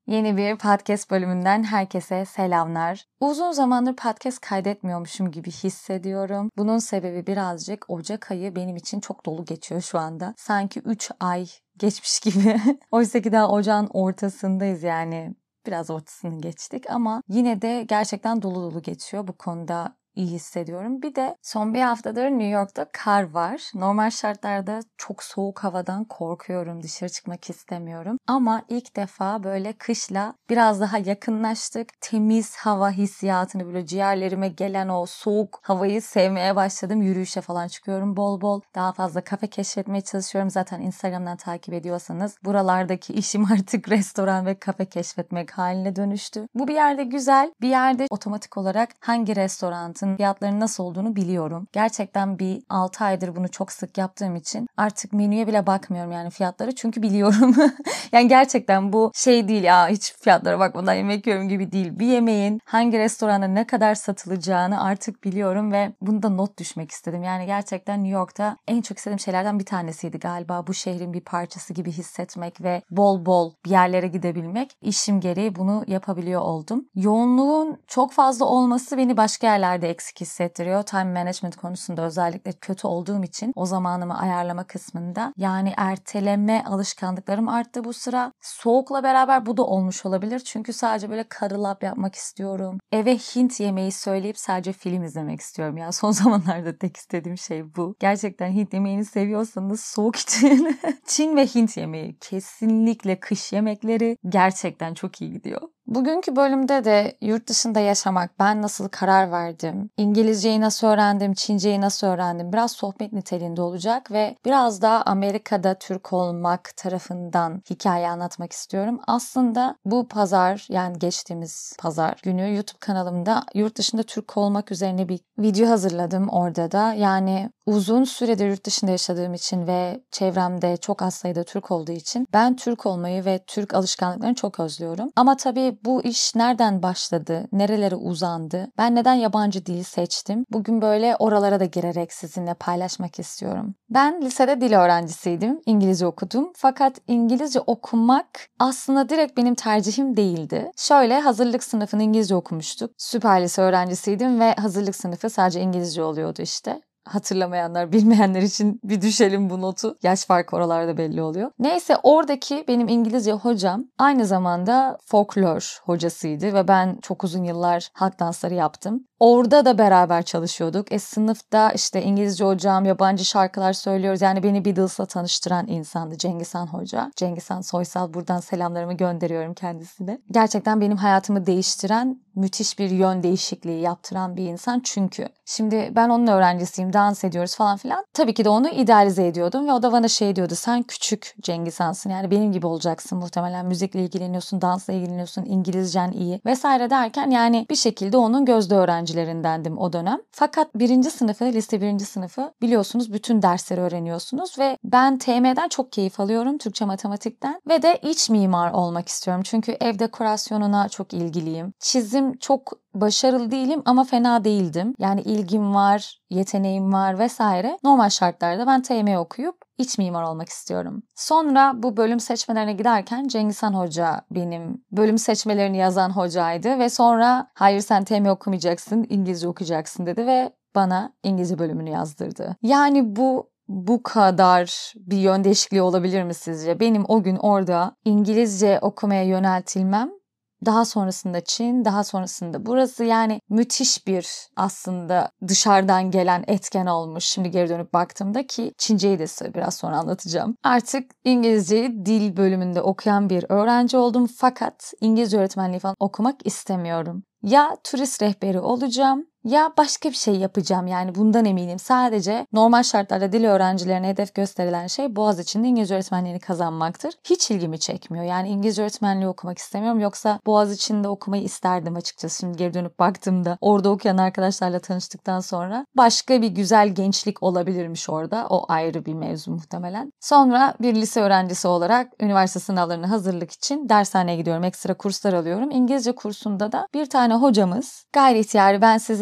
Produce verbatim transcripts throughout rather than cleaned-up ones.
Yeni bir podcast bölümünden herkese selamlar. Uzun zamandır podcast kaydetmiyormuşum gibi hissediyorum. Bunun sebebi birazcık Ocak ayı benim için çok dolu geçiyor şu anda. Sanki üç ay geçmiş gibi. Oysa ki daha ocağın ortasındayız yani. Biraz ortasını geçtik ama yine de gerçekten dolu dolu geçiyor. Bu konuda iyi hissediyorum. Bir de son bir haftadır New York'ta kar var. Normal şartlarda çok soğuk havadan korkuyorum. Dışarı çıkmak istemiyorum. Ama ilk defa böyle kışla biraz daha yakınlaştık. Temiz hava hissiyatını, böyle ciğerlerime gelen o soğuk havayı sevmeye başladım. Yürüyüşe falan çıkıyorum bol bol. Daha fazla kafe keşfetmeye çalışıyorum. Zaten Instagram'dan takip ediyorsanız buralardaki işim artık restoran ve kafe keşfetmek haline dönüştü. Bu bir yerde güzel, bir yerde otomatik olarak hangi restoran fiyatlarının nasıl olduğunu biliyorum. Gerçekten bir altı aydır bunu çok sık yaptığım için artık menüye bile bakmıyorum yani fiyatları, çünkü biliyorum. Yani gerçekten bu şey değil ya, hiç fiyatlara bakmadan yemek yiyorum gibi değil. Bir yemeğin hangi restoranda ne kadar satılacağını artık biliyorum ve bunu da not düşmek istedim. Yani gerçekten New York'ta en çok istediğim şeylerden bir tanesiydi galiba. Bu şehrin bir parçası gibi hissetmek ve bol bol bir yerlere gidebilmek. İşim gereği bunu yapabiliyor oldum. Yoğunluğun çok fazla olması beni başka yerlerde eksik hissettiriyor. Time management konusunda özellikle kötü olduğum için o zamanımı ayarlama kısmında. Yani erteleme alışkanlıklarım arttı bu sıra. Soğukla beraber bu da olmuş olabilir. Çünkü sadece böyle karılap yapmak istiyorum. Eve Hint yemeği söyleyip sadece film izlemek istiyorum. Ya son zamanlarda tek istediğim şey bu. Gerçekten Hint yemeğini seviyorsanız soğuk için Çin ve Hint yemeği, kesinlikle kış yemekleri gerçekten çok iyi gidiyor. Bugünkü bölümde de yurt dışında yaşamak, ben nasıl karar verdim, İngilizceyi nasıl öğrendim, Çinceyi nasıl öğrendim, biraz sohbet niteliğinde olacak ve biraz daha Amerika'da Türk olmak tarafından hikaye anlatmak istiyorum. Aslında bu pazar, yani geçtiğimiz pazar günü YouTube kanalımda yurt dışında Türk olmak üzerine bir video hazırladım orada da. Yani uzun süredir yurt dışında yaşadığım için ve çevremde çok az sayıda Türk olduğu için ben Türk olmayı ve Türk alışkanlıklarını çok özlüyorum. Ama tabii bu iş nereden başladı, nerelere uzandı, ben neden yabancı dili seçtim? Bugün böyle oralara da girerek sizinle paylaşmak istiyorum. Ben lisede dil öğrencisiydim, İngilizce okudum. Fakat İngilizce okumak aslında direkt benim tercihim değildi. Şöyle, hazırlık sınıfını İngilizce okumuştuk. Süper lise öğrencisiydim ve hazırlık sınıfı sadece İngilizce oluyordu işte. Hatırlamayanlar, bilmeyenler için bir düşelim bu notu. Yaş farkı oralarda belli oluyor. Neyse, oradaki benim İngilizce hocam aynı zamanda folklor hocasıydı ve ben çok uzun yıllar halk dansları yaptım. Orada da beraber çalışıyorduk. E sınıfta işte İngilizce hocam, yabancı şarkılar söylüyoruz. Yani beni Beatles'la tanıştıran insandı Cengizhan Hoca. Cengizhan Soysal, buradan selamlarımı gönderiyorum kendisine. Gerçekten benim hayatımı değiştiren, müthiş bir yön değişikliği yaptıran bir insan çünkü. Şimdi ben onun öğrencisiyim, dans ediyoruz falan filan. Tabii ki de onu idealize ediyordum ve o da bana şey diyordu: sen küçük Cengizhan'sın, yani benim gibi olacaksın muhtemelen, müzikle ilgileniyorsun, dansla ilgileniyorsun, İngilizcen iyi vesaire derken yani bir şekilde onun gözde öğrencilerindendim o dönem. Fakat birinci sınıfı, lise birinci sınıfı biliyorsunuz, bütün dersleri öğreniyorsunuz ve ben T M'den çok keyif alıyorum, Türkçe matematikten, ve de iç mimar olmak istiyorum. Çünkü ev dekorasyonuna çok ilgiliyim. Çizim çok başarılı değilim ama fena değildim. Yani ilgim var, yeteneğim var vesaire. Normal şartlarda ben T M okuyup iç mimar olmak istiyorum. Sonra bu bölüm seçmelerine giderken Cengizhan Hoca benim bölüm seçmelerini yazan hocaydı ve sonra hayır sen T M okumayacaksın, İngilizce okuyacaksın dedi ve bana İngilizce bölümünü yazdırdı. Yani bu Bu kadar bir yön değişikliği olabilir mi sizce? Benim o gün orada İngilizce okumaya yöneltilmem, daha sonrasında Çin, daha sonrasında burası, yani müthiş bir aslında dışarıdan gelen etken olmuş. Şimdi geri dönüp baktığımda, ki Çinceyi de biraz sonra anlatacağım. Artık İngilizceyi dil bölümünde okuyan bir öğrenci oldum fakat İngilizce öğretmenliği falan okumak istemiyorum. Ya turist rehberi olacağım ya başka bir şey yapacağım, yani bundan eminim. Sadece normal şartlarda dil öğrencilerine hedef gösterilen şey Boğaziçi'nde İngilizce öğretmenliğini kazanmaktır. Hiç ilgimi çekmiyor. Yani İngilizce öğretmenliği okumak istemiyorum. Yoksa Boğaziçi'nde okumayı isterdim açıkçası. Şimdi geri dönüp baktığımda orada okuyan arkadaşlarla tanıştıktan sonra başka bir güzel gençlik olabilirmiş orada. O ayrı bir mevzu muhtemelen. Sonra bir lise öğrencisi olarak üniversite sınavlarına hazırlık için dershaneye gidiyorum. Ekstra kurslar alıyorum. İngilizce kursunda da bir tane hocamız gayri ihtiyari, ben sizin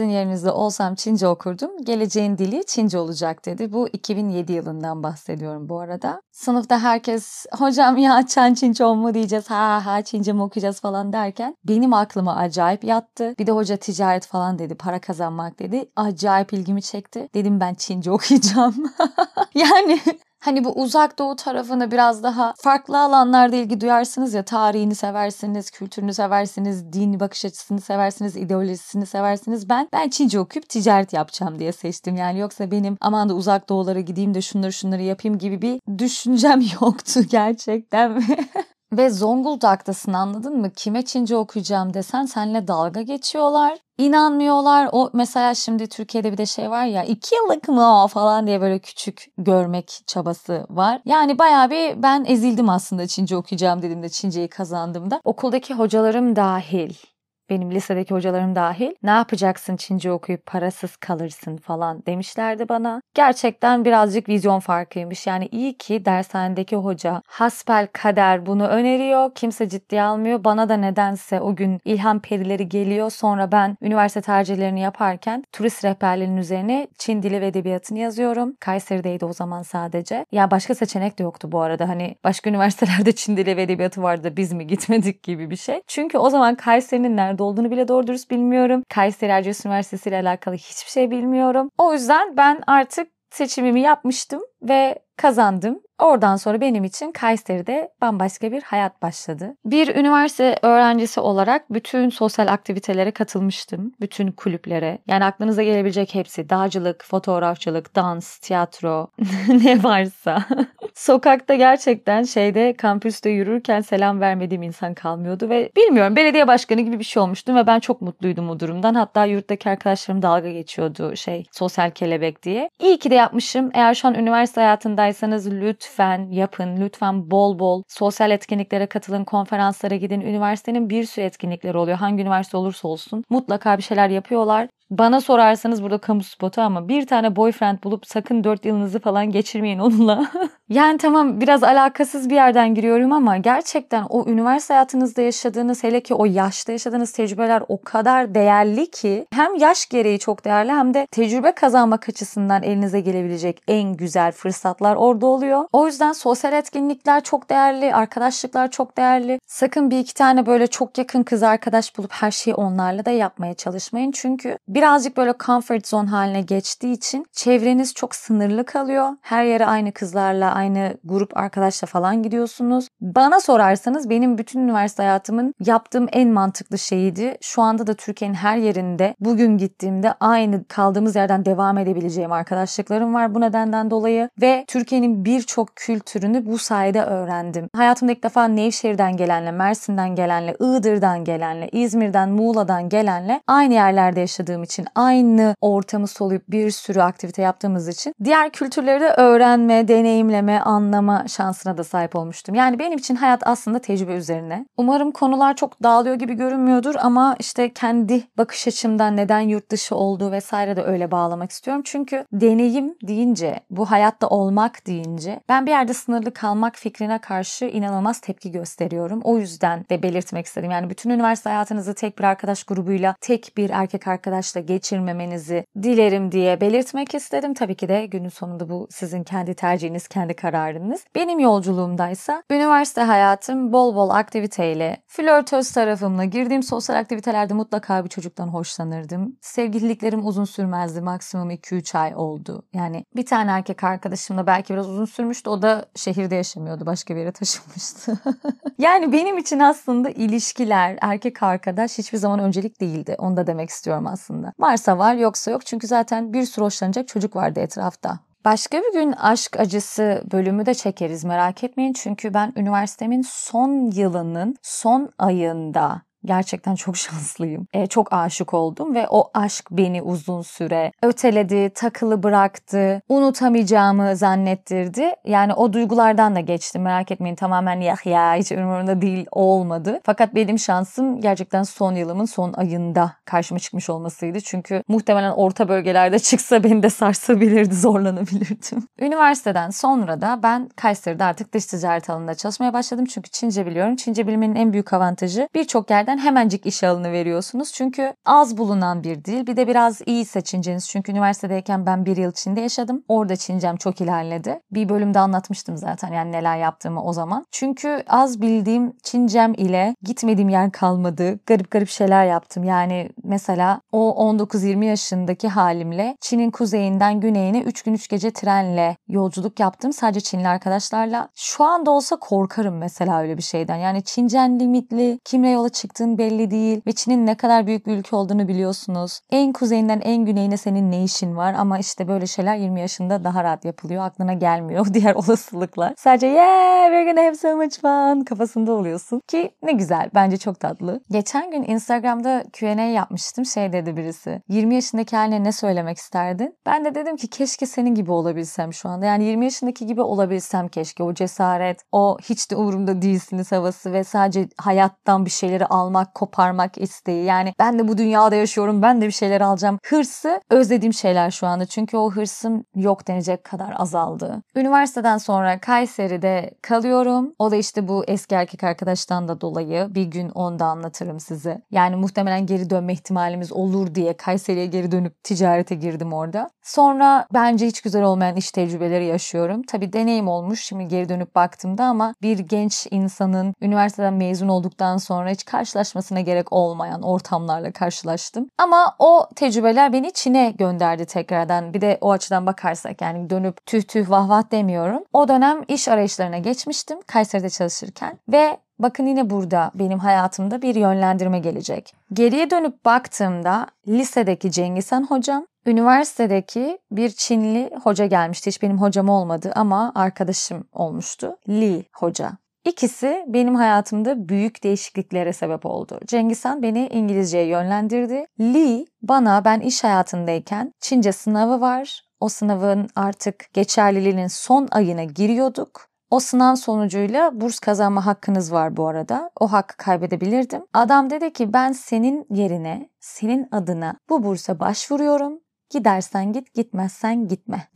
sizin yerinizde olsam Çince okurdum. Geleceğin dili Çince olacak dedi. Bu iki bin yedi yılından bahsediyorum bu arada. Sınıfta herkes hocam ya Çen Çince mu diyeceğiz, ha ha Çince mi okuyacağız falan derken benim aklıma acayip yattı. Bir de hoca ticaret falan dedi, para kazanmak dedi. Acayip ilgimi çekti. Dedim ben Çince okuyacağım. Yani hani bu uzak doğu tarafına biraz daha farklı alanlarda ilgi duyarsınız ya, tarihini seversiniz, kültürünü seversiniz, dini bakış açısını seversiniz, ideolojisini seversiniz. Ben ben Çince okuyup ticaret yapacağım diye seçtim. Yani yoksa benim aman da uzak doğulara gideyim de şunları şunları yapayım gibi bir düşüncem yoktu gerçekten. Ve Zonguldak'tasın, anladın mı? Kime Çince okuyacağım desen seninle dalga geçiyorlar. İnanmıyorlar. O mesela şimdi Türkiye'de bir de şey var ya, iki yıllık mı o falan diye böyle küçük görmek çabası var. Yani bayağı bir ben ezildim aslında Çince okuyacağım dediğimde, Çinceyi kazandığımda. Okuldaki hocalarım dahil, benim lisedeki hocalarım dahil, ne yapacaksın Çince okuyup parasız kalırsın falan demişlerdi bana. Gerçekten birazcık vizyon farkıymış. Yani iyi ki dershanedeki hoca hasbel kader bunu öneriyor. Kimse ciddiye almıyor. Bana da nedense o gün ilham perileri geliyor. Sonra ben üniversite tercihlerini yaparken turist rehberlerinin üzerine Çin dili ve edebiyatını yazıyorum. Kayseri'deydi o zaman sadece. Ya başka seçenek de yoktu bu arada. Hani başka üniversitelerde Çin dili ve edebiyatı vardı, biz mi gitmedik gibi bir şey. Çünkü o zaman Kayseri'nin nerede olduğunu bile doğru dürüst bilmiyorum. Kayseri Erciyes Üniversitesi ile alakalı hiçbir şey bilmiyorum. O yüzden ben artık seçimimi yapmıştım ve kazandım. Oradan sonra benim için Kayseri'de bambaşka bir hayat başladı. Bir üniversite öğrencisi olarak bütün sosyal aktivitelere katılmıştım. Bütün kulüplere. Yani aklınıza gelebilecek hepsi. Dağcılık, fotoğrafçılık, dans, tiyatro, ne varsa. Sokakta gerçekten şeyde, kampüste yürürken selam vermediğim insan kalmıyordu ve bilmiyorum, belediye başkanı gibi bir şey olmuştum ve ben çok mutluydum o durumdan. Hatta yurttaki arkadaşlarım dalga geçiyordu şey, sosyal kelebek diye. İyi ki de yapmışım. Eğer şu an üniversite hayatındaysanız lütfen yapın. Lütfen bol bol sosyal etkinliklere katılın, konferanslara gidin. Üniversitenin bir sürü etkinlikleri oluyor. Hangi üniversite olursa olsun mutlaka bir şeyler yapıyorlar. Bana sorarsanız burada kamu spotu ama bir tane boyfriend bulup sakın dört yılınızı falan geçirmeyin onunla. Yani tamam, biraz alakasız bir yerden giriyorum ama gerçekten o üniversite hayatınızda yaşadığınız, hele ki o yaşta yaşadığınız tecrübeler o kadar değerli ki, hem yaş gereği çok değerli hem de tecrübe kazanmak açısından elinize gelebilecek en güzel fırsatlar orada oluyor. O yüzden sosyal etkinlikler çok değerli, arkadaşlıklar çok değerli. Sakın bir iki tane böyle çok yakın kız arkadaş bulup her şeyi onlarla da yapmaya çalışmayın. Çünkü birazcık böyle comfort zone haline geçtiği için çevreniz çok sınırlı kalıyor. Her yere aynı kızlarla, aynı grup arkadaşla falan gidiyorsunuz. Bana sorarsanız benim bütün üniversite hayatımın yaptığım en mantıklı şeyiydi. Şu anda da Türkiye'nin her yerinde bugün gittiğimde aynı kaldığımız yerden devam edebileceğim arkadaşlıklarım var bu nedenden dolayı ve Türkiye'nin birçok kültürünü bu sayede öğrendim. Hayatımda ilk defa Nevşehir'den gelenle, Mersin'den gelenle, Iğdır'dan gelenle, İzmir'den, Muğla'dan gelenle aynı yerlerde yaşadığım için, aynı ortamı soluyup bir sürü aktivite yaptığımız için diğer kültürleri de öğrenme, deneyimleme, anlama şansına da sahip olmuştum. Yani benim için hayat aslında tecrübe üzerine. Umarım konular çok dağılıyor gibi görünmüyordur ama işte kendi bakış açımdan neden yurt dışı olduğu vesaire de öyle bağlamak istiyorum. Çünkü deneyim deyince, bu hayatta olmak deyince ben bir yerde sınırlı kalmak fikrine karşı inanılmaz tepki gösteriyorum. O yüzden de belirtmek istedim. Yani bütün üniversite hayatınızı tek bir arkadaş grubuyla, tek bir erkek arkadaşla geçirmemenizi dilerim diye belirtmek istedim. Tabii ki de günün sonunda bu sizin kendi tercihiniz, kendi kararınız. Benim yolculuğumdaysa üniversite hayatım bol bol aktiviteyle, flörtöz tarafımla, girdiğim sosyal aktivitelerde mutlaka bir çocuktan hoşlanırdım. Sevgililiklerim uzun sürmezdi. Maksimum iki üç ay oldu. Yani bir tane erkek arkadaşımla belki biraz uzun sürmüştü. O da şehirde yaşamıyordu. Başka bir yere taşınmıştı. Yani benim için aslında ilişkiler, erkek arkadaş hiçbir zaman öncelik değildi. Onu da demek istiyorum aslında. Varsa var, yoksa yok. Çünkü zaten bir sürü hoşlanacak çocuk vardı etrafta. Başka bir gün aşk acısı bölümü de çekeriz, merak etmeyin. Çünkü ben üniversitemin son yılının son ayında gerçekten çok şanslıyım. E, çok aşık oldum ve o aşk beni uzun süre öteledi, takılı bıraktı, unutamayacağımı zannettirdi. Yani o duygulardan da geçtim, merak etmeyin, tamamen ya ya hiç umurumda değil olmadı. Fakat benim şansım gerçekten son yılımın son ayında karşıma çıkmış olmasıydı. Çünkü muhtemelen orta bölgelerde çıksa beni de sarsabilirdi, zorlanabilirdim. Üniversiteden sonra da ben Kayseri'de artık dış ticaret alanında çalışmaya başladım. Çünkü Çince biliyorum. Çince bilmenin en büyük avantajı birçok yerde şehirlerden hemencik işe alınıveriyorsunuz. Çünkü az bulunan bir dil. Bir de biraz iyi Çinceniz. Çünkü üniversitedeyken ben bir yıl Çin'de yaşadım. Orada Çincem çok ilerledi. Bir bölümde anlatmıştım zaten yani neler yaptığımı o zaman. Çünkü az bildiğim Çincem ile gitmediğim yer kalmadı. Garip garip şeyler yaptım. Yani mesela o on dokuz yirmi yaşındaki halimle Çin'in kuzeyinden güneyine üç gün üç gece trenle yolculuk yaptım. Sadece Çinli arkadaşlarla. Şu anda olsa korkarım mesela öyle bir şeyden. Yani Çincen limitli, kimle yola çıktığın belli değil ve Çin'in ne kadar büyük bir ülke olduğunu biliyorsunuz. En kuzeyinden en güneyine senin ne işin var ama işte böyle şeyler yirmi yaşında daha rahat yapılıyor. Aklına gelmiyor diğer olasılıklar. Sadece yeah we're gonna have so much fun kafasında oluyorsun ki ne güzel. Bence çok tatlı. Geçen gün Instagram'da Q and A yapmıştım. Şey dedi birisi. yirmi yaşındaki haline ne söylemek isterdin? Ben de dedim ki keşke senin gibi olabilsem şu anda. Yani yirmi yaşındaki gibi olabilsem keşke. O cesaret, o hiç de umurumda değilsiniz havası ve sadece hayattan bir şeyleri almak, koparmak isteği. Yani ben de bu dünyada yaşıyorum. Ben de bir şeyler alacağım. Hırsı özlediğim şeyler şu anda. Çünkü o hırsım yok denecek kadar azaldı. Üniversiteden sonra Kayseri'de kalıyorum. O da işte bu eski erkek arkadaştan da dolayı. Bir gün onu da anlatırım size. Yani muhtemelen geri dönme ihtimalimiz olur diye Kayseri'ye geri dönüp ticarete girdim orada. Sonra bence hiç güzel olmayan iş tecrübeleri yaşıyorum. Tabii deneyim olmuş şimdi geri dönüp baktığımda ama bir genç insanın üniversiteden mezun olduktan sonra hiç karşılaşmasına gerek olmayan ortamlarla karşılaştım. Ama o tecrübeler beni Çin'e gönderdi tekrardan. Bir de o açıdan bakarsak yani dönüp tüh tüh vah vah demiyorum. O dönem iş arayışlarına geçmiştim Kayseri'de çalışırken ve bakın yine burada benim hayatımda bir yönlendirme gelecek. Geriye dönüp baktığımda lisedeki Cengizhan hocam, üniversitedeki bir Çinli hoca gelmişti. Hiç benim hocam olmadı ama arkadaşım olmuştu. Li hoca. İkisi benim hayatımda büyük değişikliklere sebep oldu. Cengizhan beni İngilizceye yönlendirdi. Li bana ben iş hayatındayken Çince sınavı var. O sınavın artık geçerliliğinin son ayına giriyorduk. O sınav sonucuyla burs kazanma hakkınız var bu arada. O hakkı kaybedebilirdim. Adam dedi ki ben senin yerine, senin adına bu bursa başvuruyorum. Gidersen git, gitmezsen gitme.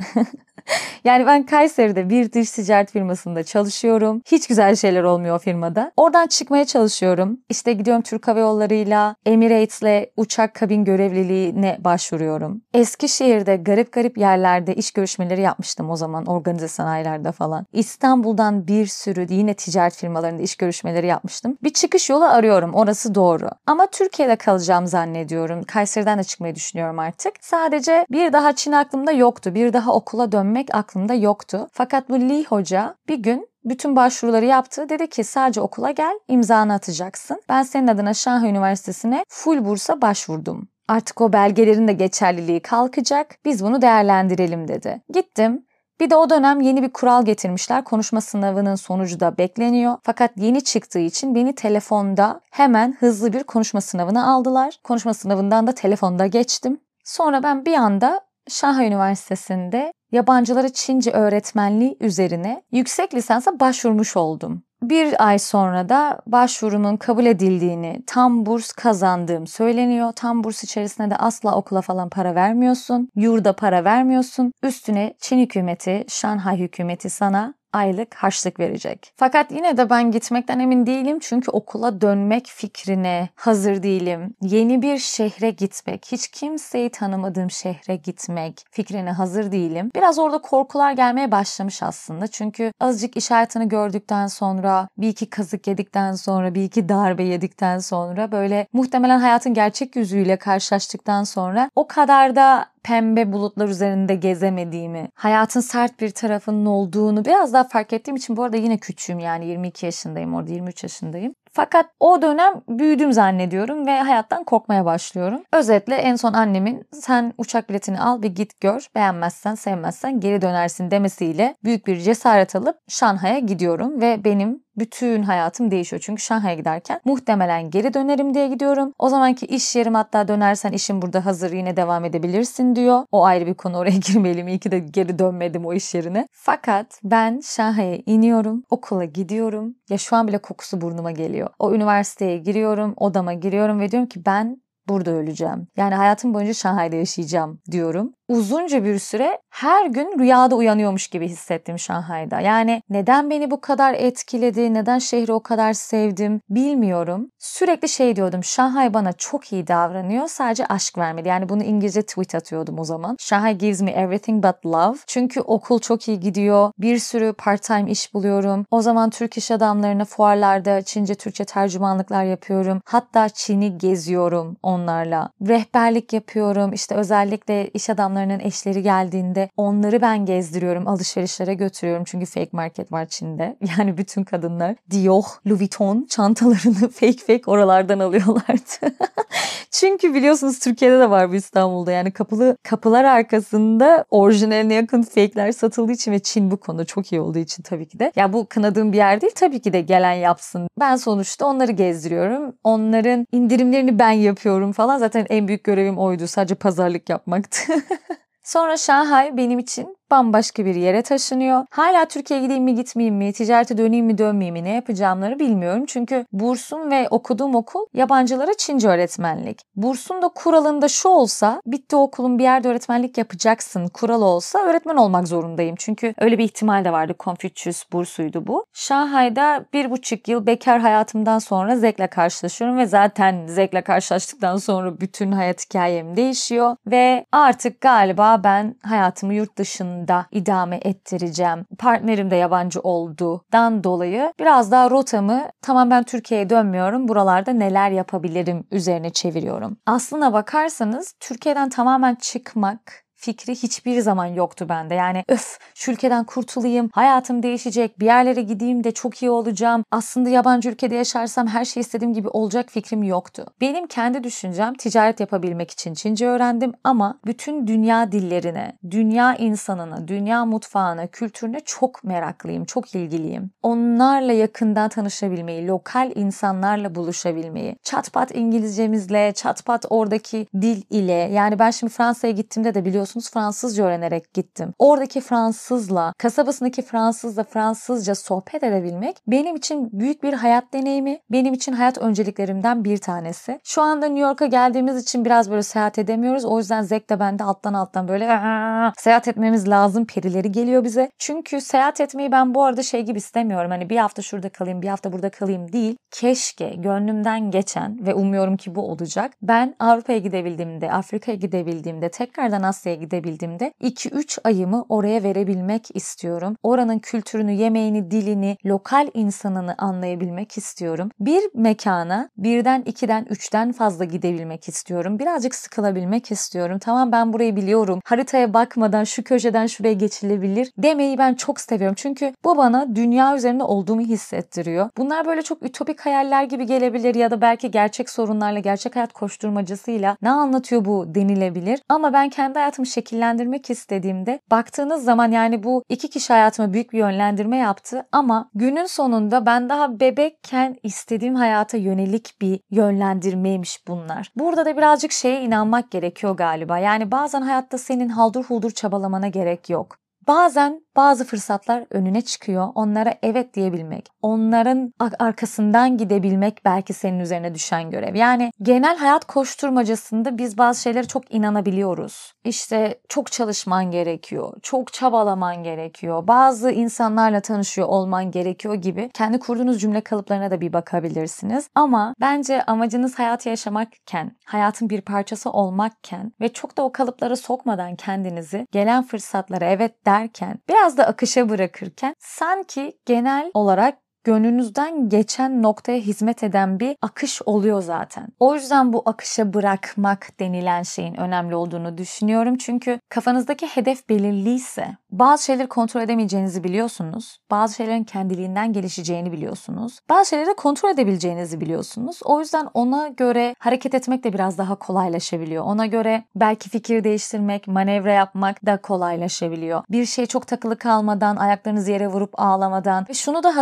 Yani ben Kayseri'de bir dış ticaret firmasında çalışıyorum. Hiç güzel şeyler olmuyor o firmada. Oradan çıkmaya çalışıyorum. İşte gidiyorum Türk Hava Yolları'yla, Emirates'le uçak kabin görevliliğine başvuruyorum. Eskişehir'de garip garip yerlerde iş görüşmeleri yapmıştım o zaman organize sanayilerde falan. İstanbul'dan bir sürü yine ticaret firmalarında iş görüşmeleri yapmıştım. Bir çıkış yolu arıyorum. Orası doğru. Ama Türkiye'de kalacağım zannediyorum. Kayseri'den de çıkmayı düşünüyorum artık. Sadece bir daha Çin aklımda yoktu. Bir daha okula dönmek aklımda yoktu. Fakat bu Li Hoca bir gün bütün başvuruları yaptı. Dedi ki sadece okula gel, imzanı atacaksın. Ben senin adına Şanghay Üniversitesi'ne full bursa başvurdum. Artık o belgelerin de geçerliliği kalkacak. Biz bunu değerlendirelim dedi. Gittim. Bir de o dönem yeni bir kural getirmişler. Konuşma sınavının sonucu da bekleniyor. Fakat yeni çıktığı için beni telefonda hemen hızlı bir konuşma sınavına aldılar. Konuşma sınavından da telefonda geçtim. Sonra ben bir anda Şanghay Üniversitesi'nde yabancılara Çince öğretmenliği üzerine yüksek lisansa başvurmuş oldum. Bir ay sonra da başvurumun kabul edildiğini, tam burs kazandığım söyleniyor. Tam burs içerisinde de asla okula falan para vermiyorsun, yurda para vermiyorsun. Üstüne Çin hükümeti, Şanghay hükümeti sana aylık harçlık verecek. Fakat yine de ben gitmekten emin değilim çünkü okula dönmek fikrine hazır değilim. Yeni bir şehre gitmek, hiç kimseyi tanımadığım şehre gitmek fikrine hazır değilim. Biraz orada korkular gelmeye başlamış aslında. Çünkü azıcık iş hayatını gördükten sonra, bir iki kazık yedikten sonra, bir iki darbe yedikten sonra böyle muhtemelen hayatın gerçek yüzüyle karşılaştıktan sonra o kadar da pembe bulutlar üzerinde gezemediğimi, hayatın sert bir tarafının olduğunu biraz daha fark ettiğim için bu arada yine küçüğüm yani yirmi iki yaşındayım orada yirmi üç yaşındayım. Fakat o dönem büyüdüm zannediyorum ve hayattan korkmaya başlıyorum. Özetle en son annemin sen uçak biletini al bir git gör, beğenmezsen sevmezsen geri dönersin demesiyle büyük bir cesaret alıp Şanghay'a gidiyorum ve benim bütün hayatım değişiyor. Çünkü Şanghay'a giderken muhtemelen geri dönerim diye gidiyorum. O zamanki iş yerim hatta dönersen işin burada hazır yine devam edebilirsin diyor. O ayrı bir konu oraya girmeyelim. İyi ki de geri dönmedim o iş yerine. Fakat ben Şanghay'a iniyorum. Okula gidiyorum. Ya şu an bile kokusu burnuma geliyor. O üniversiteye giriyorum. Odama giriyorum ve diyorum ki ben burada öleceğim. Yani hayatım boyunca Şanghay'da yaşayacağım diyorum. uzunca bir süre her gün rüyada uyanıyormuş gibi hissettim Şanghay'da. Yani neden beni bu kadar etkiledi, neden şehri o kadar sevdim bilmiyorum. Sürekli şey diyordum, Şanghay bana çok iyi davranıyor, sadece aşk vermedi. Yani bunu İngilizce tweet atıyordum o zaman. Şanghay gives me everything but love. Çünkü okul çok iyi gidiyor. Bir sürü part-time iş buluyorum. O zaman Türk iş adamlarına fuarlarda Çince, Türkçe tercümanlıklar yapıyorum. Hatta Çin'i geziyorum onlarla. Rehberlik yapıyorum. İşte özellikle iş adamlarının eşleri geldiğinde onları ben gezdiriyorum. Alışverişlere götürüyorum. Çünkü fake market var Çin'de. Yani bütün kadınlar Dior, Louis Vuitton çantalarını fake fake oralardan alıyorlardı. Çünkü biliyorsunuz Türkiye'de de var bu, İstanbul'da. Yani kapılı kapılar arkasında orijinaline yakın fake'ler satıldığı için ve Çin bu konuda çok iyi olduğu için tabii ki de. Ya bu kınadığım bir yer değil, tabii ki de gelen yapsın. Ben sonuçta onları gezdiriyorum. Onların indirimlerini ben yapıyorum falan. Zaten en büyük görevim oydu. Sadece pazarlık yapmaktı. Sonra Şanghay benim için bambaşka bir yere taşınıyor. Hala Türkiye'ye gideyim mi gitmeyeyim mi, ticarete döneyim mi dönmeyeyim mi, ne yapacağımları bilmiyorum. Çünkü bursum ve okuduğum okul yabancılara Çince öğretmenlik. Bursun da kuralında şu olsa, bitti okulun bir yerde öğretmenlik yapacaksın kural olsa öğretmen olmak zorundayım. Çünkü öyle bir ihtimal de vardı. Confucius bursuydu bu. Şanghay'da bir buçuk yıl bekar hayatımdan sonra Zek'le karşılaşıyorum ve zaten Zek'le karşılaştıktan sonra bütün hayat hikayem değişiyor ve artık galiba ben hayatımı yurt dışında da idame ettireceğim. Partnerim de yabancı olduğundan dolayı biraz daha rotamı tamam ben Türkiye'ye dönmüyorum, buralarda neler yapabilirim üzerine çeviriyorum. Aslına bakarsanız Türkiye'den tamamen çıkmak fikri hiçbir zaman yoktu bende. Yani öf şu ülkeden kurtulayım, hayatım değişecek, bir yerlere gideyim de çok iyi olacağım. Aslında yabancı ülkede yaşarsam her şey istediğim gibi olacak fikrim yoktu. Benim kendi düşüncem ticaret yapabilmek için Çince öğrendim ama bütün dünya dillerine, dünya insanına, dünya mutfağına, kültürüne çok meraklıyım, çok ilgiliyim. Onlarla yakından tanışabilmeyi, lokal insanlarla buluşabilmeyi, çatpat İngilizcemizle, çatpat oradaki dil ile, yani ben şimdi Fransa'ya gittiğimde de biliyorsunuz Fransızca öğrenerek gittim. Oradaki Fransızla, kasabasındaki Fransızla Fransızca sohbet edebilmek benim için büyük bir hayat deneyimi, benim için hayat önceliklerimden bir tanesi. Şu anda New York'a geldiğimiz için biraz böyle seyahat edemiyoruz. O yüzden Zek de ben de alttan alttan böyle seyahat etmemiz lazım perileri geliyor bize. Çünkü seyahat etmeyi ben bu arada şey gibi istemiyorum. Hani bir hafta şurada kalayım, bir hafta burada kalayım değil. Keşke gönlümden geçen ve umuyorum ki bu olacak. Ben Avrupa'ya gidebildiğimde, Afrika'ya gidebildiğimde, tekrardan Asya'ya gidebildiğimde iki üç ayımı oraya verebilmek istiyorum. Oranın kültürünü, yemeğini, dilini, lokal insanını anlayabilmek istiyorum. Bir mekana birden, ikiden, üçten fazla gidebilmek istiyorum. Birazcık sıkılabilmek istiyorum. Tamam ben burayı biliyorum. Haritaya bakmadan şu köşeden şuraya geçilebilir demeyi ben çok seviyorum. Çünkü bu bana dünya üzerinde olduğumu hissettiriyor. Bunlar böyle çok ütopik hayaller gibi gelebilir ya da belki gerçek sorunlarla, gerçek hayat koşturmacasıyla ne anlatıyor bu denilebilir. Ama ben kendi hayatımı şekillendirmek istediğimde baktığınız zaman yani bu iki kişi hayatıma büyük bir yönlendirme yaptı ama günün sonunda ben daha bebekken istediğim hayata yönelik bir yönlendirmeymiş bunlar. Burada da birazcık şeye inanmak gerekiyor galiba. Yani bazen hayatta senin haldır huldur çabalamana gerek yok. Bazen bazı fırsatlar önüne çıkıyor. Onlara evet diyebilmek, onların arkasından gidebilmek belki senin üzerine düşen görev. Yani genel hayat koşturmacasında biz bazı şeylere çok inanabiliyoruz. İşte çok çalışman gerekiyor, çok çabalaman gerekiyor, bazı insanlarla tanışıyor olman gerekiyor gibi kendi kurduğunuz cümle kalıplarına da bir bakabilirsiniz. Ama bence amacınız hayatı yaşamakken, hayatın bir parçası olmakken ve çok da o kalıplara sokmadan kendinizi gelen fırsatlara evet derken, biraz da akışa bırakırken sanki genel olarak gönlünüzden geçen noktaya hizmet eden bir akış oluyor zaten. O yüzden bu akışa bırakmak denilen şeyin önemli olduğunu düşünüyorum. Çünkü kafanızdaki hedef belirliyse bazı şeyleri kontrol edemeyeceğinizi biliyorsunuz. Bazı şeylerin kendiliğinden gelişeceğini biliyorsunuz. Bazı şeyleri de kontrol edebileceğinizi biliyorsunuz. O yüzden ona göre hareket etmek de biraz daha kolaylaşabiliyor. Ona göre belki fikir değiştirmek, manevra yapmak da kolaylaşabiliyor. Bir şey çok takılı kalmadan, ayaklarınızı yere vurup ağlamadan ve şunu da hatırlamanız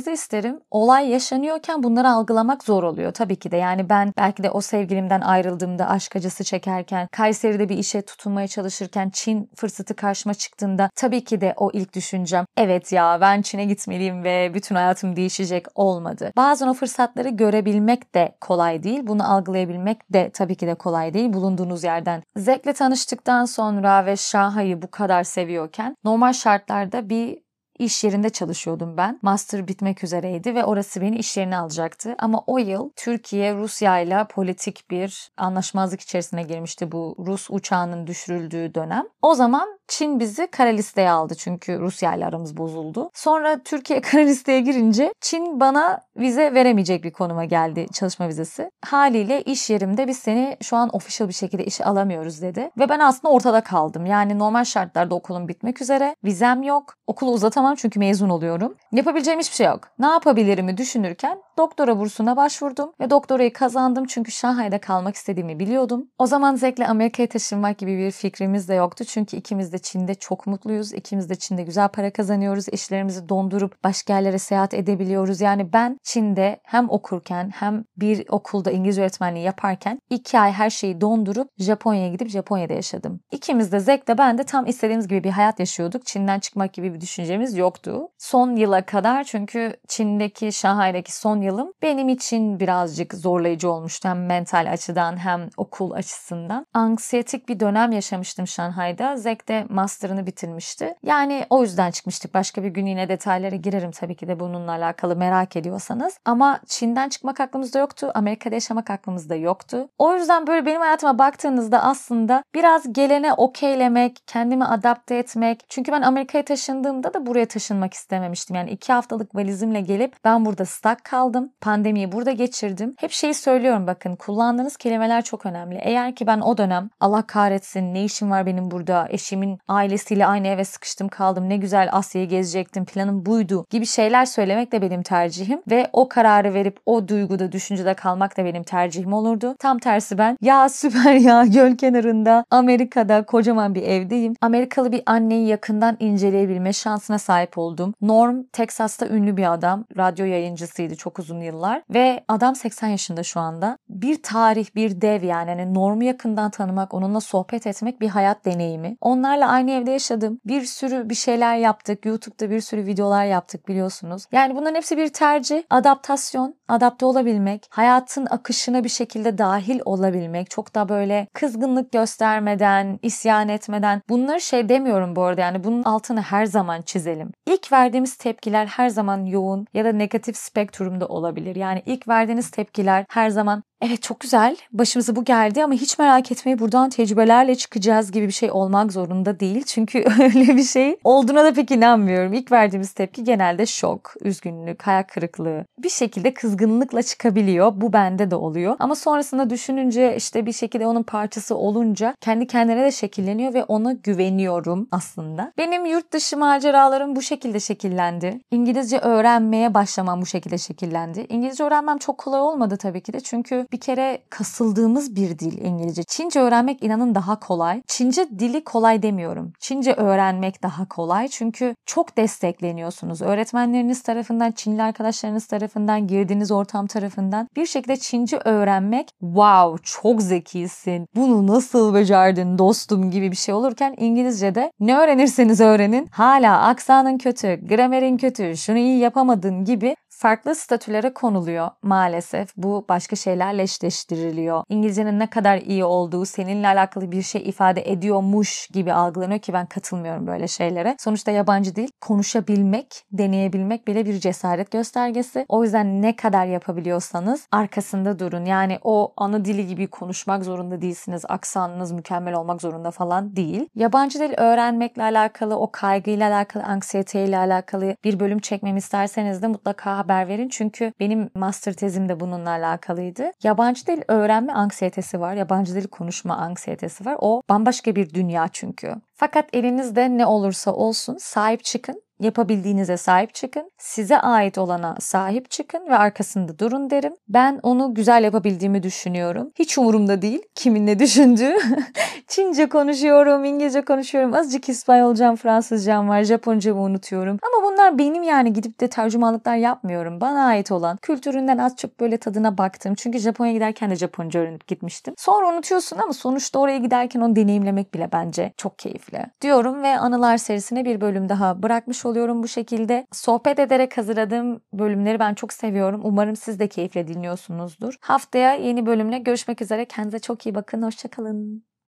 algılamanızı isterim. Olay yaşanıyorken bunları algılamak zor oluyor tabii ki de. Yani ben belki de o sevgilimden ayrıldığımda, aşk acısı çekerken, Kayseri'de bir işe tutunmaya çalışırken, Çin fırsatı karşıma çıktığında tabii ki de o ilk düşüncem evet ya ben Çin'e gitmeliyim ve bütün hayatım değişecek olmadı. Bazen o fırsatları görebilmek de kolay değil. Bunu algılayabilmek de tabii ki de kolay değil bulunduğunuz yerden. Zek'le tanıştıktan sonra ve Şanghay'ı bu kadar seviyorken normal şartlarda bir İş yerinde çalışıyordum ben. Master bitmek üzereydi ve orası beni iş yerine alacaktı. Ama o yıl Türkiye Rusya ile politik bir anlaşmazlık içerisine girmişti, bu Rus uçağının düşürüldüğü dönem. O zaman Çin bizi kara listeye aldı çünkü Rusya ile aramız bozuldu. Sonra Türkiye kara listeye girince Çin bana vize veremeyecek bir konuma geldi, çalışma vizesi. Haliyle iş yerimde biz seni şu an official bir şekilde işe alamıyoruz dedi. Ve ben aslında ortada kaldım. Yani normal şartlarda okulum bitmek üzere, vizem yok, okulu uzatamam çünkü mezun oluyorum. Yapabileceğim hiçbir şey yok. Ne yapabilirimi düşünürken doktora bursuna başvurdum ve doktorayı kazandım çünkü Şanghay'da kalmak istediğimi biliyordum. O zaman Zek'le Amerika'ya taşınmak gibi bir fikrimiz de yoktu çünkü ikimiz de Çin'de çok mutluyuz. İkimiz de Çin'de güzel para kazanıyoruz. İşlerimizi dondurup başka yerlere seyahat edebiliyoruz. Yani ben Çin'de hem okurken hem bir okulda İngilizce öğretmenliği yaparken iki ay her şeyi dondurup Japonya'ya gidip Japonya'da yaşadım. İkimiz de Zek'le ben de tam istediğimiz gibi bir hayat yaşıyorduk. Çin'den çıkmak gibi bir düşüncemiz yoktu. Son yıla kadar, çünkü Çin'deki, Şanghay'daki son yılım benim için birazcık zorlayıcı olmuştu. Hem mental açıdan hem okul açısından. Anksiyetik bir dönem yaşamıştım Şanghay'da. Zek de master'ını bitirmişti. Yani o yüzden çıkmıştık. Başka bir gün yine detaylara girerim tabii ki de bununla alakalı merak ediyorsanız. Ama Çin'den çıkmak aklımızda yoktu. Amerika'da yaşamak aklımızda yoktu. O yüzden böyle benim hayatıma baktığınızda aslında biraz gelene okeylemek, kendimi adapte etmek. Çünkü ben Amerika'ya taşındığımda da buraya taşınmak istememiştim. Yani iki haftalık valizimle gelip ben burada stuck kaldım. Pandemiyi burada geçirdim. Hep şeyi söylüyorum, bakın, kullandığınız kelimeler çok önemli. Eğer ki ben o dönem Allah kahretsin ne işim var benim burada, eşimin ailesiyle aynı eve sıkıştım kaldım, ne güzel Asya'yı gezecektim, planım buydu gibi şeyler söylemek de benim tercihim ve o kararı verip o duyguda, düşüncede kalmak da benim tercihim olurdu. Tam tersi ben ya süper ya göl kenarında Amerika'da kocaman bir evdeyim. Amerikalı bir anneyi yakından inceleyebilme şansına sahip oldum. Norm Texas'ta ünlü bir adam. Radyo yayıncısıydı çok uzun yıllar ve adam seksen yaşında şu anda. Bir tarih, bir dev yani. yani Norm'u yakından tanımak, onunla sohbet etmek bir hayat deneyimi. Onlarla aynı evde yaşadım. Bir sürü bir şeyler yaptık. YouTube'da bir sürü videolar yaptık biliyorsunuz. Yani bunların hepsi bir tercih, adaptasyon, adapte olabilmek, hayatın akışına bir şekilde dahil olabilmek, çok da böyle kızgınlık göstermeden, isyan etmeden. Bunları şey demiyorum bu arada, yani bunun altını her zaman çizelim. İlk verdiğimiz tepkiler her zaman yoğun ya da negatif spektrumda olabilir. Yani ilk verdiğiniz tepkiler her zaman evet çok güzel, başımıza bu geldi ama hiç merak etmeyin buradan tecrübelerle çıkacağız gibi bir şey olmak zorunda değil. Çünkü öyle bir şey olduğuna da pek inanmıyorum. İlk verdiğimiz tepki genelde şok, üzgünlük, hayal kırıklığı. Bir şekilde kızgınlıkla çıkabiliyor. Bu bende de oluyor. Ama sonrasında düşününce, işte bir şekilde onun parçası olunca kendi kendine de şekilleniyor ve ona güveniyorum aslında. Benim yurt dışı maceralarım bu şekilde şekillendi. İngilizce öğrenmeye başlamam bu şekilde şekillendi. İngilizce öğrenmem çok kolay olmadı tabii ki de. Çünkü bir kere kasıldığımız bir dil İngilizce. Çince öğrenmek inanın daha kolay. Çince dili kolay demiyorum. Çince öğrenmek daha kolay. Çünkü çok destekleniyorsunuz. Öğretmenleriniz tarafından, Çinli arkadaşlarınız tarafından, girdiğiniz ortam tarafından. Bir şekilde Çince öğrenmek wow çok zekisin, bunu nasıl becerdin dostum gibi bir şey olurken İngilizce'de ne öğrenirseniz öğrenin hala aksanın kötü, gramerin kötü, şunu iyi yapamadın gibi farklı statülere konuluyor maalesef. Bu başka şeylerle eşleştiriliyor. İngilizcenin ne kadar iyi olduğu seninle alakalı bir şey ifade ediyormuş gibi algılanıyor ki ben katılmıyorum böyle şeylere. Sonuçta yabancı dil, konuşabilmek, deneyebilmek bile bir cesaret göstergesi. O yüzden ne kadar yapabiliyorsanız arkasında durun. Yani o ana dili gibi konuşmak zorunda değilsiniz. Aksanınız mükemmel olmak zorunda falan değil. Yabancı dil öğrenmekle alakalı, o kaygıyla alakalı, anksiyeteyle alakalı bir bölüm çekmemi isterseniz de mutlaka haber verin. Çünkü benim master tezim de bununla alakalıydı. Yabancı dil öğrenme anksiyetesi var. Yabancı dil konuşma anksiyetesi var. O bambaşka bir dünya çünkü. Fakat elinizde ne olursa olsun sahip çıkın. Yapabildiğinize sahip çıkın. Size ait olana sahip çıkın ve arkasında durun derim. Ben onu güzel yapabildiğimi düşünüyorum. Hiç umurumda değil kimin ne düşündüğü. Çince konuşuyorum, İngilizce konuşuyorum. Azıcık İspanyolcam, Fransızcam var, Japoncamı unutuyorum. Ama bunlar Bunlar benim yani gidip de tercümanlıklar yapmıyorum. Bana ait olan kültüründen az çok böyle tadına baktım. Çünkü Japonya'ya giderken de Japonca öğrenip gitmiştim. Sonra unutuyorsun ama sonuçta oraya giderken onu deneyimlemek bile bence çok keyifli. Diyorum ve anılar serisine bir bölüm daha bırakmış oluyorum bu şekilde. Sohbet ederek hazırladığım bölümleri ben çok seviyorum. Umarım siz de keyifle dinliyorsunuzdur. Haftaya yeni bölümle görüşmek üzere. Kendinize çok iyi bakın. Hoşça kalın.